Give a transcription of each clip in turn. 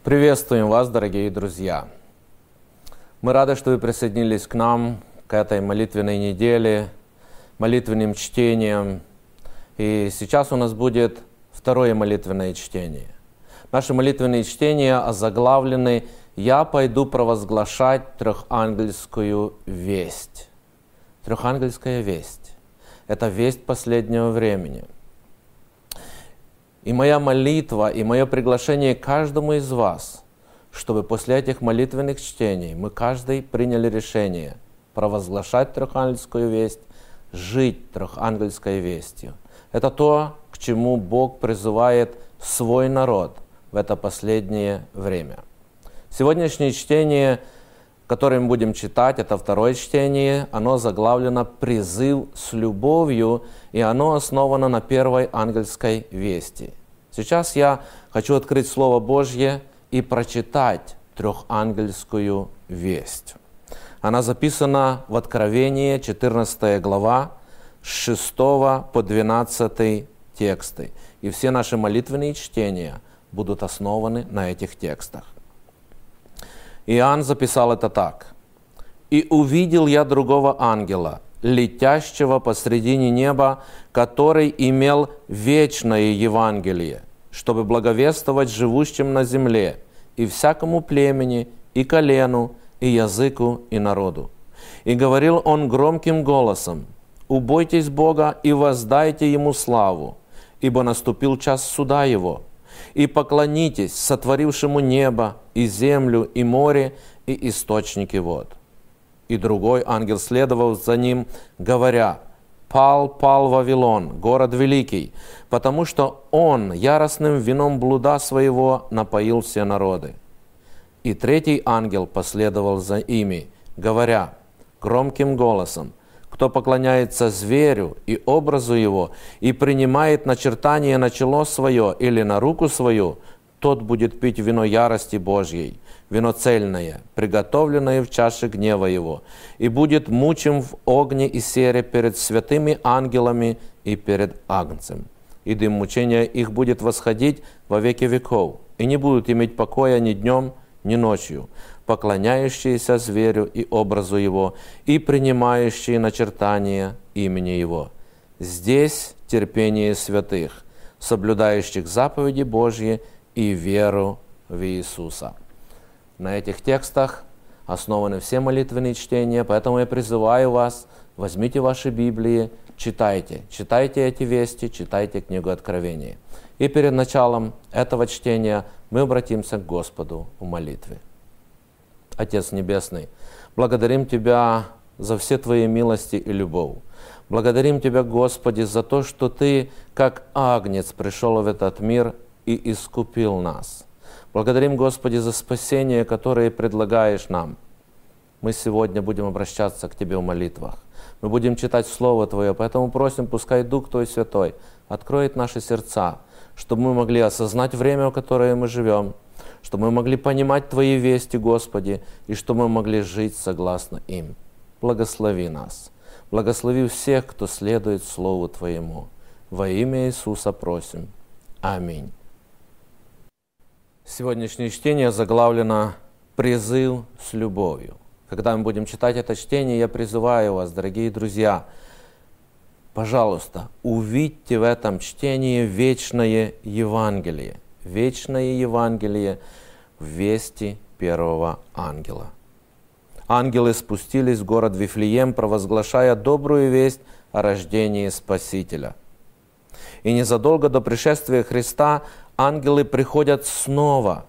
Приветствуем вас, дорогие друзья! Мы рады, что вы присоединились к нам, к этой молитвенной неделе, молитвенным чтениям. И сейчас у нас будет второе молитвенное чтение. Наши молитвенные чтения озаглавлены «Я пойду провозглашать трехангельскую весть». Трехангельская весть – это весть последнего времени. И моя молитва, и мое приглашение каждому из вас, чтобы после этих молитвенных чтений мы каждый приняли решение провозглашать трехангельскую весть, жить трехангельской вестью. Это то, к чему Бог призывает свой народ в это последнее время. Сегодняшнее чтение, которое мы будем читать, это второе чтение, оно заглавлено «Призыв с любовью», и оно основано на первой ангельской вести. Сейчас я хочу открыть Слово Божье и прочитать трехангельскую весть. Она записана в Откровении, 14 глава, с 6 по 12 тексты. И все наши молитвенные чтения будут основаны на этих текстах. Иоанн записал это так. «И увидел я другого ангела, летящего посредине неба, который имел вечное Евангелие, чтобы благовествовать живущим на земле, и всякому племени, и колену, и языку, и народу. И говорил он громким голосом: убойтесь Бога и воздайте Ему славу, ибо наступил час суда Его, и поклонитесь сотворившему небо, и землю, и море, и источники вод». И другой ангел следовал за ним, говоря: «Пал, пал Вавилон, город великий, потому что он яростным вином блуда своего напоил все народы». И третий ангел последовал за ими, говоря громким голосом: «Кто поклоняется зверю и образу его, и принимает начертание на чело свое или на руку свою, тот будет пить вино ярости Божьей, вино цельное, приготовленное в чаше гнева его, и будет мучим в огне и сере перед святыми ангелами и перед Агнцем. И дым мучения их будет восходить во веки веков, и не будут иметь покоя ни днем, ни ночью, поклоняющиеся зверю и образу его, и принимающие начертание имени его. Здесь терпение святых, соблюдающих заповеди Божьи и веру в Иисуса». На этих текстах основаны все молитвенные чтения, поэтому я призываю вас, возьмите ваши Библии, читайте эти вести, читайте книгу Откровения. И перед началом этого чтения мы обратимся к Господу в молитве. Отец Небесный, благодарим Тебя за все Твои милости и любовь. Благодарим Тебя, Господи, за то, что Ты, как Агнец, пришел в этот мир и искупил нас. Благодарим, Господи, за спасение, которое предлагаешь нам. Мы сегодня будем обращаться к Тебе в молитвах. Мы будем читать Слово Твое, поэтому просим, пускай Дух Твой Святой откроет наши сердца, чтобы мы могли осознать время, в которое мы живем, чтобы мы могли понимать Твои вести, Господи, и чтобы мы могли жить согласно им. Благослови нас. Благослови всех, кто следует Слову Твоему. Во имя Иисуса просим. Аминь. Сегодняшнее чтение заглавлено «Призыв с любовью». Когда мы будем читать это чтение, я призываю вас, дорогие друзья, пожалуйста, увидьте в этом чтении вечное Евангелие. Вечное Евангелие в вести первого ангела. Ангелы спустились в город Вифлеем, провозглашая добрую весть о рождении Спасителя. И незадолго до пришествия Христа ангелы приходят снова,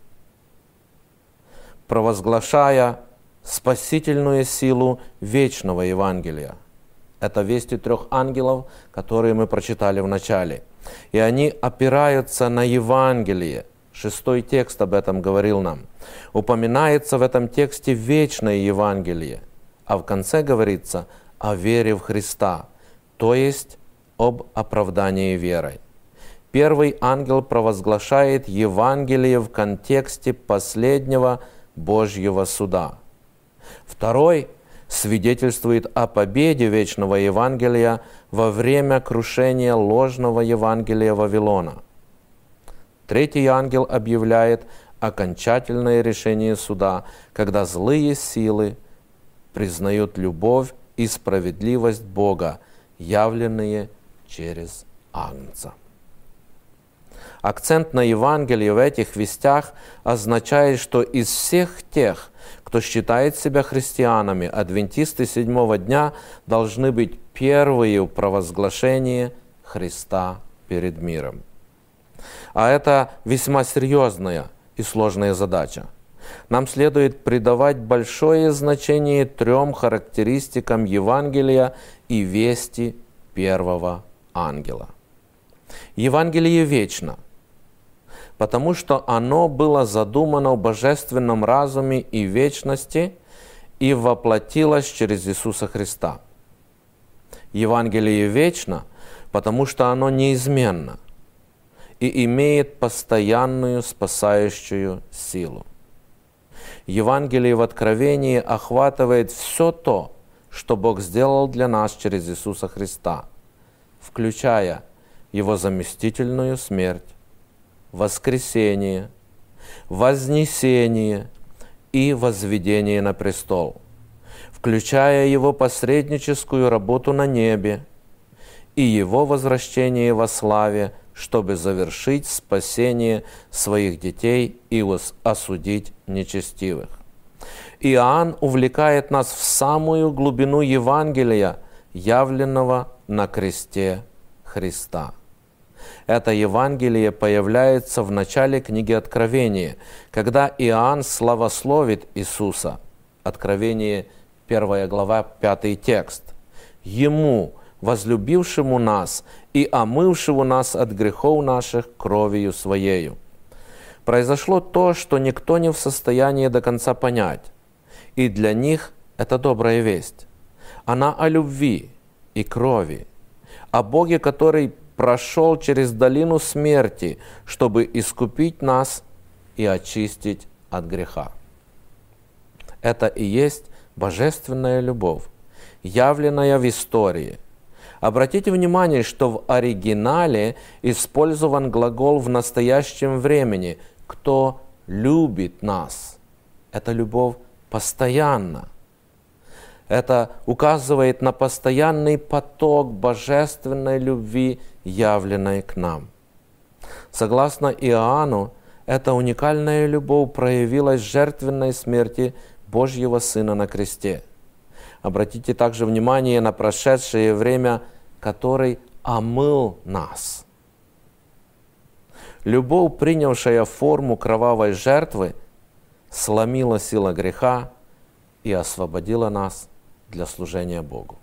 провозглашая спасительную силу вечного Евангелия. Это вести трех ангелов, которые мы прочитали в начале. И они опираются на Евангелие. 6 текст об этом говорил нам. Упоминается в этом тексте вечное Евангелие, а в конце говорится о вере в Христа, то есть об оправдании верой. Первый ангел провозглашает Евангелие в контексте последнего Божьего суда. Второй свидетельствует о победе вечного Евангелия во время крушения ложного Евангелия Вавилона. Третий ангел объявляет окончательное решение суда, когда злые силы признают любовь и справедливость Бога, явленные через Агнца. Акцент на Евангелии в этих вестях означает, что из всех тех, кто считает себя христианами, адвентисты седьмого дня должны быть первые в провозглашении Христа перед миром. А это весьма серьезная и сложная задача. Нам следует придавать большое значение 3 характеристикам Евангелия и вести первого ангела. Евангелие вечно, потому что оно было задумано в божественном разуме и вечности и воплотилось через Иисуса Христа. Евангелие вечно, потому что оно неизменно и имеет постоянную спасающую силу. Евангелие в Откровении охватывает все то, что Бог сделал для нас через Иисуса Христа, включая Его заместительную смерть, воскресение, вознесение и возведение на престол, включая Его посредническую работу на небе и Его возвращение во славе, чтобы завершить спасение своих детей и осудить нечестивых. Иоанн увлекает нас в самую глубину Евангелия, явленного на кресте Христа. Это Евангелие появляется в начале книги Откровения, когда Иоанн славословит Иисуса. Откровение, 1 глава, 5 текст. «Ему, возлюбившему нас и омывшему нас от грехов наших кровью Своею». Произошло то, что никто не в состоянии до конца понять, и для них это добрая весть. Она о любви и крови, о Боге, который прошел через долину смерти, чтобы искупить нас и очистить от греха. Это и есть божественная любовь, явленная в истории. Обратите внимание, что в оригинале использован глагол в настоящем времени «кто любит нас». Эта любовь постоянна. Это указывает на постоянный поток божественной любви, явленной к нам. Согласно Иоанну, эта уникальная любовь проявилась в жертвенной смерти Божьего Сына на кресте. Обратите также внимание на прошедшее время, который омыл нас. Любовь, принявшая форму кровавой жертвы, сломила силу греха и освободила нас для служения Богу.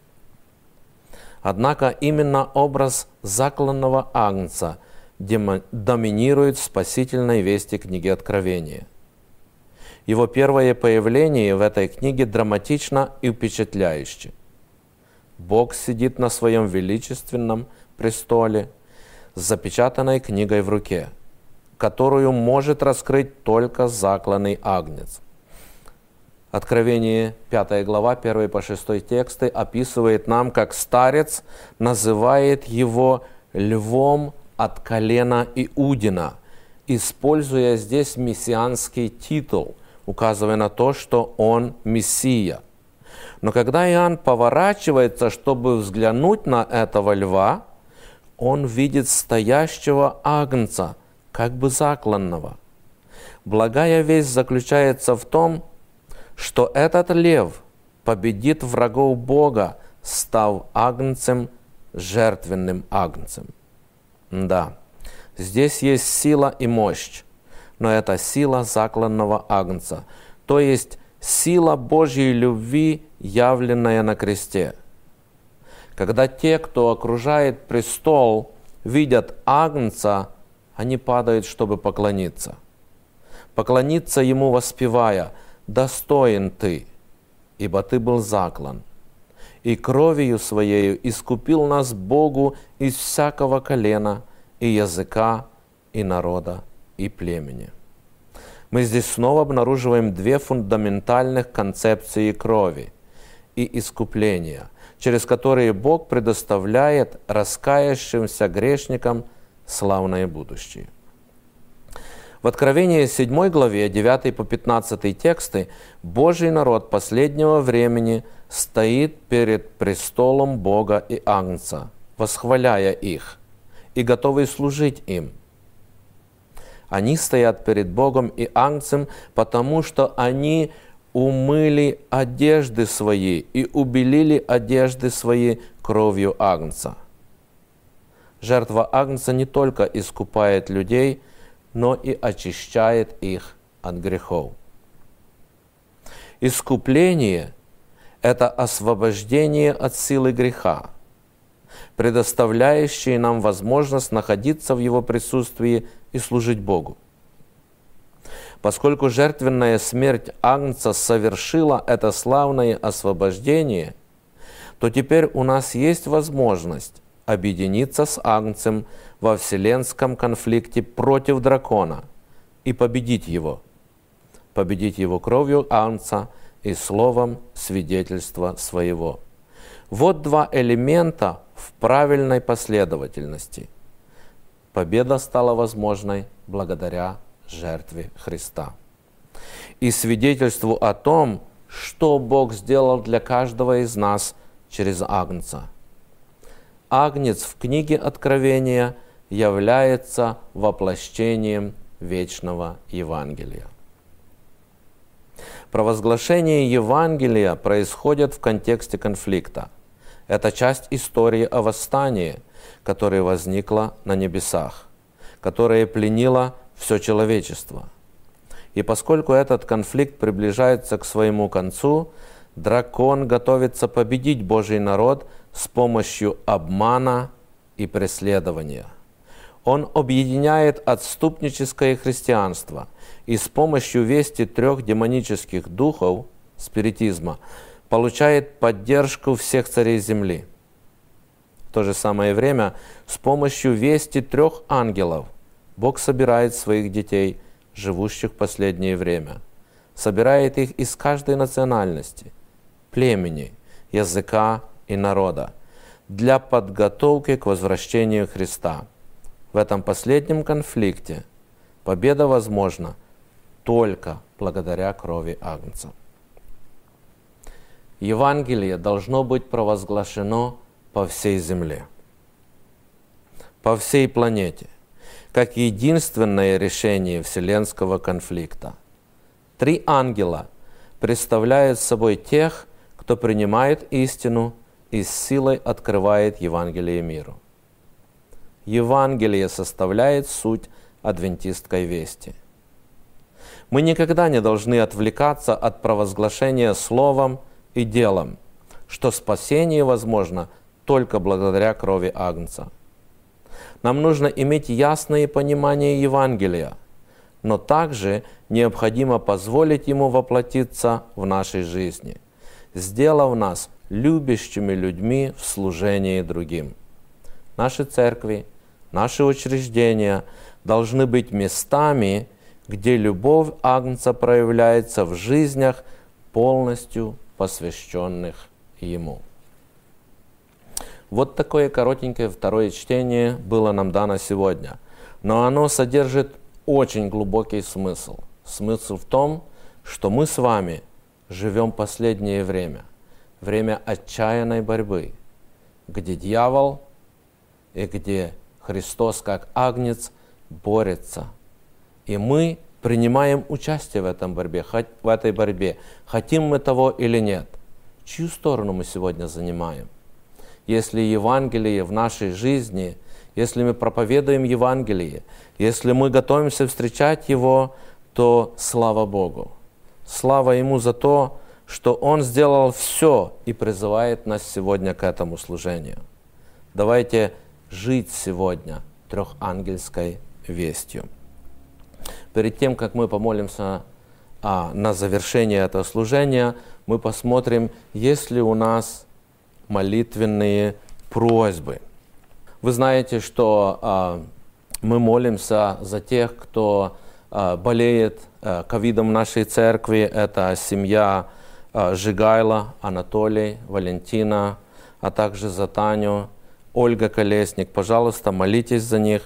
Однако именно образ закланного агнца доминирует в спасительной вести книги Откровения. Его первое появление в этой книге драматично и впечатляюще. Бог сидит на своем величественном престоле с запечатанной книгой в руке, которую может раскрыть только закланный агнец. Откровение 5 глава, 1 по 6 тексты описывает нам, как старец называет его львом от колена Иудина, используя здесь мессианский титул, указывая на то, что он Мессия. Но когда Иоанн поворачивается, чтобы взглянуть на этого льва, он видит стоящего агнца, как бы закланного. Благая весть заключается в том, что этот лев победит врагов Бога, став агнцем, жертвенным агнцем. Да, здесь есть сила и мощь, но это сила закланного агнца, то есть сила Божьей любви, явленная на кресте. Когда те, кто окружает престол, видят агнца, они падают, чтобы поклониться. Поклониться ему, воспевая: «Достоин ты, ибо ты был заклан, и кровью своею искупил нас Богу из всякого колена, и языка, и народа, и племени». Мы здесь снова обнаруживаем 2 фундаментальных концепции крови и искупления, через которые Бог предоставляет раскаявшимся грешникам славное будущее. В Откровении 7 главе, 9 по 15 тексты, Божий народ последнего времени стоит перед престолом Бога и Агнца, восхваляя их и готовый служить им. Они стоят перед Богом и Агнцем, потому что они умыли одежды свои и убелили одежды свои кровью Агнца. Жертва Агнца не только искупает людей, но и очищает их от грехов. Искупление – это освобождение от силы греха, предоставляющее нам возможность находиться в Его присутствии и служить Богу. Поскольку жертвенная смерть Агнца совершила это славное освобождение, то теперь у нас есть возможность объединиться с Агнцем во вселенском конфликте против дракона и победить его кровью Агнца и словом свидетельства своего. Вот два элемента в правильной последовательности. Победа стала возможной благодаря жертве Христа. И свидетельству о том, что Бог сделал для каждого из нас через Агнца. Агнец в книге Откровения является воплощением вечного Евангелия. Провозглашение Евангелия происходит в контексте конфликта. Это часть истории о восстании, которое возникло на небесах, которое пленило все человечество. И поскольку этот конфликт приближается к своему концу, дракон готовится победить Божий народ с помощью обмана и преследования. Он объединяет отступническое христианство и с помощью вести 3 демонических духов, спиритизма, получает поддержку всех царей земли. В то же самое время с помощью вести 3 ангелов Бог собирает своих детей, живущих в последнее время. Собирает их из каждой национальности, племени, языка и народа для подготовки к возвращению Христа. В этом последнем конфликте победа возможна только благодаря крови Агнца. Евангелие должно быть провозглашено по всей земле, по всей планете, как единственное решение вселенского конфликта. 3 ангела представляют собой тех, кто принимает истину и с силой открывает Евангелие миру. Евангелие составляет суть адвентистской вести. Мы никогда не должны отвлекаться от провозглашения словом и делом, что спасение возможно только благодаря крови Агнца. Нам нужно иметь ясное понимание Евангелия, но также необходимо позволить ему воплотиться в нашей жизни, сделав нас любящими людьми в служении другим. Наши церкви, наши учреждения должны быть местами, где любовь Агнца проявляется в жизнях, полностью посвященных Ему. Вот такое коротенькое второе чтение было нам дано сегодня, но оно содержит очень глубокий смысл. Смысл в том, что мы с вами живем последнее время, время отчаянной борьбы, где дьявол и где Христос как Агнец борется. И мы принимаем участие в этой борьбе, хотим мы того или нет. Чью сторону мы сегодня занимаем? Если Евангелие в нашей жизни, если мы проповедуем Евангелие, если мы готовимся встречать его, то слава Богу. Слава Ему за то, что Он сделал все и призывает нас сегодня к этому служению. Давайте жить сегодня трехангельской вестью. Перед тем, как мы помолимся на завершение этого служения, мы посмотрим, есть ли у нас молитвенные просьбы. Вы знаете, что мы молимся за тех, кто болеет ковидом в нашей церкви. Это семья Жигайла, Анатолий, Валентина, а также за Таню, Ольга Колесник. Пожалуйста, молитесь за них,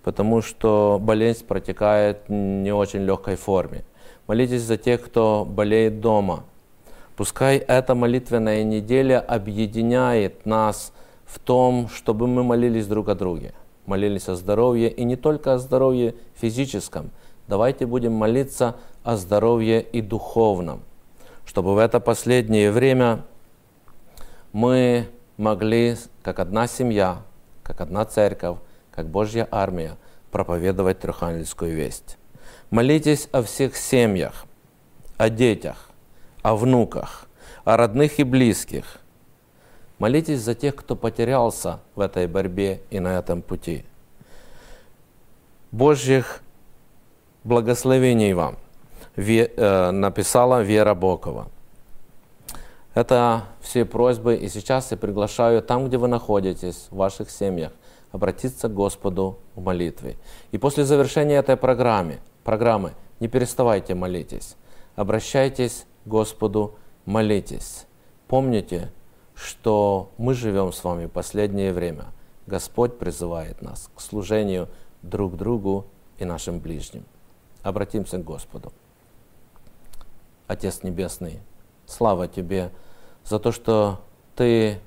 потому что болезнь протекает в не очень легкой форме. Молитесь за тех, кто болеет дома. Пускай эта молитвенная неделя объединяет нас в том, чтобы мы молились друг о друге. Молились о здоровье, и не только о здоровье физическом. Давайте будем молиться о здоровье и духовном, чтобы в это последнее время мы могли, как одна семья, как одна церковь, как Божья армия, проповедовать трехангельскую весть. Молитесь о всех семьях, о детях, о внуках, о родных и близких. Молитесь за тех, кто потерялся в этой борьбе и на этом пути. Божьих благословений вам написала Вера Бокова. Это все просьбы, и сейчас я приглашаю там, где вы находитесь, в ваших семьях, обратиться к Господу в молитве. И после завершения этой программы не переставайте молитесь, обращайтесь к Господу, молитесь. Помните, что мы живем с вами в последнее время. Господь призывает нас к служению друг другу и нашим ближним. Обратимся к Господу. Отец Небесный, слава Тебе за то, что Ты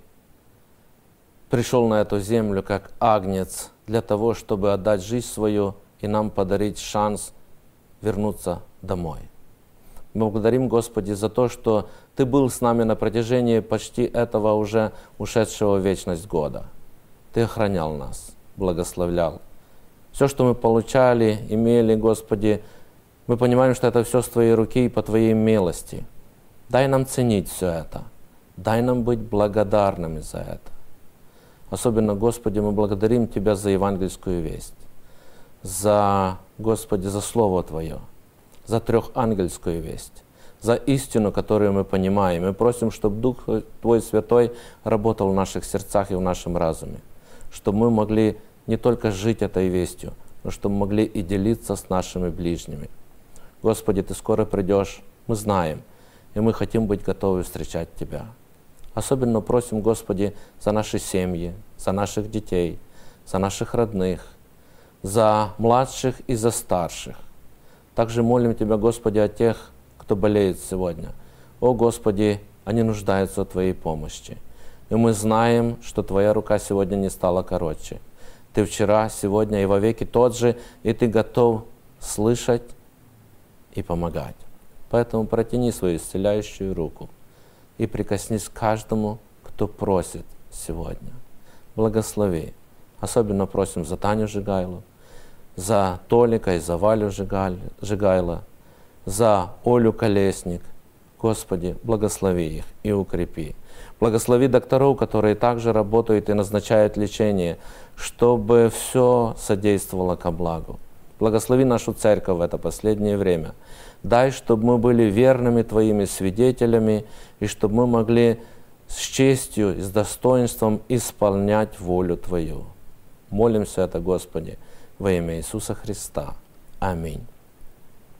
пришел на эту землю как агнец для того, чтобы отдать жизнь свою и нам подарить шанс вернуться домой. Мы благодарим, Господи, за то, что Ты был с нами на протяжении почти этого уже ушедшего в вечность года. Ты охранял нас, благословлял. Все, что мы получали, имели, Господи, мы понимаем, что это все с Твоей руки и по Твоей милости. Дай нам ценить все это. Дай нам быть благодарными за это. Особенно, Господи, мы благодарим Тебя за евангельскую весть, Господи, за Слово Твое, за трехангельскую весть, за истину, которую мы понимаем. Мы просим, чтобы Дух Твой Святой работал в наших сердцах и в нашем разуме, чтобы мы могли не только жить этой вестью, но чтобы мы могли и делиться с нашими ближними. Господи, Ты скоро придешь, мы знаем, и мы хотим быть готовы встречать Тебя. Особенно просим, Господи, за наши семьи, за наших детей, за наших родных, за младших и за старших. Также молим Тебя, Господи, о тех, кто болеет сегодня. О, Господи, они нуждаются в Твоей помощи. И мы знаем, что Твоя рука сегодня не стала короче. Ты вчера, сегодня и вовеки тот же, и Ты готов слышать и помогать. Поэтому протяни свою исцеляющую руку и прикоснись к каждому, кто просит сегодня. Благослови. Особенно просим за Таню Жигайло, за Толика и за Валю Жигайло, за Олю Колесник. Господи, благослови их и укрепи. Благослови докторов, которые также работают и назначают лечение, чтобы все содействовало ко благу. Благослови нашу церковь в это последнее время. Дай, чтобы мы были верными Твоими свидетелями, и чтобы мы могли с честью и с достоинством исполнять волю Твою. Молимся это, Господи, во имя Иисуса Христа. Аминь.